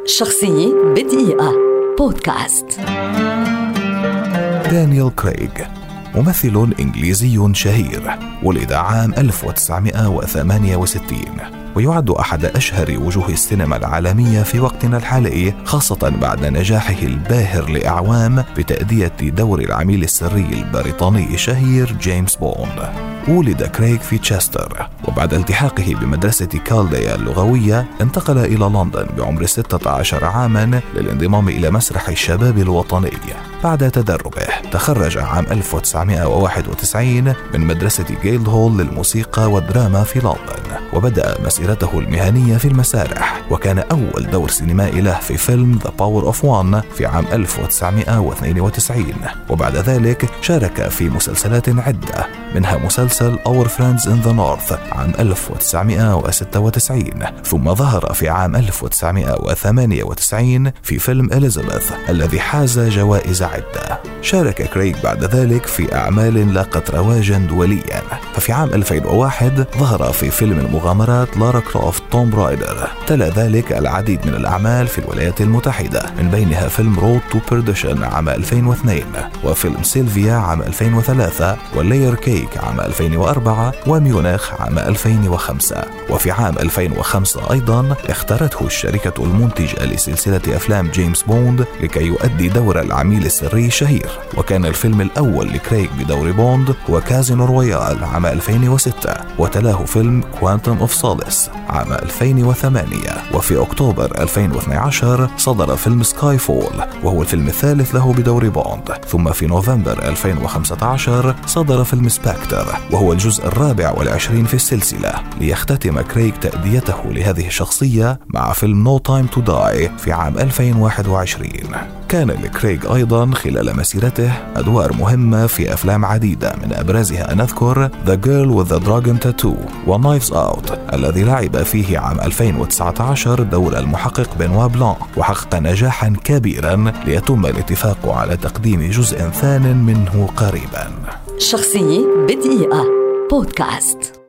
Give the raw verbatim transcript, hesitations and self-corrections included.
شخصية بدقيقة بودكاست. دانيال كريغ ممثل إنجليزي شهير، ولد عام ألف وتسعمائة وثمانية وستين، ويعد أحد أشهر وجوه السينما العالمية في وقتنا الحالي، خاصة بعد نجاحه الباهر لأعوام بتأدية دور العميل السري البريطاني الشهير جيمس بوند. ولد كريغ في تشستر، وبعد التحاقه بمدرسة كالديا اللغوية انتقل إلى لندن بعمر ستة عشر عاما للانضمام إلى مسرح الشباب الوطني. بعد تدربه تخرج عام ألف وتسعمائة وواحد وتسعين من مدرسة جيلدهول للموسيقى والدراما في لندن، وبدأ مسيرته المهنية في المسارح، وكان أول دور سينمائي له في فيلم The Power of One في عام ألف وتسعمائة واثنين وتسعين. وبعد ذلك شارك في مسلسلات عدة، منها مسلسل Our Friends in the North عام ألف وتسعمائة وستة وتسعين، ثم ظهر في عام ألف وتسعمائة وثمانية وتسعين في فيلم إليزابيث الذي حاز جوائز عدة. شارك كريغ بعد ذلك في أعمال لاقت رواجا دوليا، ففي عام ألفين وواحد ظهر في فيلم المغامرات لارا كروفت توم برايدر. تلا ذلك العديد من الأعمال في الولايات المتحدة، من بينها فيلم رود تو بيرديشن عام ألفين واثنين، وفيلم سيلفيا عام ألفين وثلاثة، واللاير كيك عام ألفين وأربعة، وميونخ عام ألفين وخمسة. وفي عام ألفين وخمسة أيضا اختارته الشركة المنتجة لسلسلة أفلام جيمس بوند لكي يؤدي دور العميل السري الشهير، وكان الفيلم الأول لكريغ بدور بوند هو كازينو رويال عام ألفين وستة، وتلاه فيلم كوانتم اوف سوليس عام ألفين وثمانية. وفي أكتوبر ألفين واثني عشر صدر فيلم سكاي فول، وهو الفيلم الثالث له بدور بوند. ثم في نوفمبر ألفين وخمسة عشر صدر فيلم سباكتر، وهو الجزء الرابع والعشرين في السلسلة، ليختتم كريغ تأديته لهذه الشخصية مع فيلم No Time to Die في عام ألفين وواحد وعشرين. كان لكريغ أيضا خلال مسيرته أدوار مهمة في أفلام عديدة، من أبرزها نذكر The Girl with the Dragon Tattoo و Knives Out الذي لعب فيه عام ألفين وتسعة عشر دور المحقق بنوا بلان، وحقق نجاحا كبيرا ليتم الاتفاق على تقديم جزء ثان منه قريبا. شخصية بدقيقة بودكاست.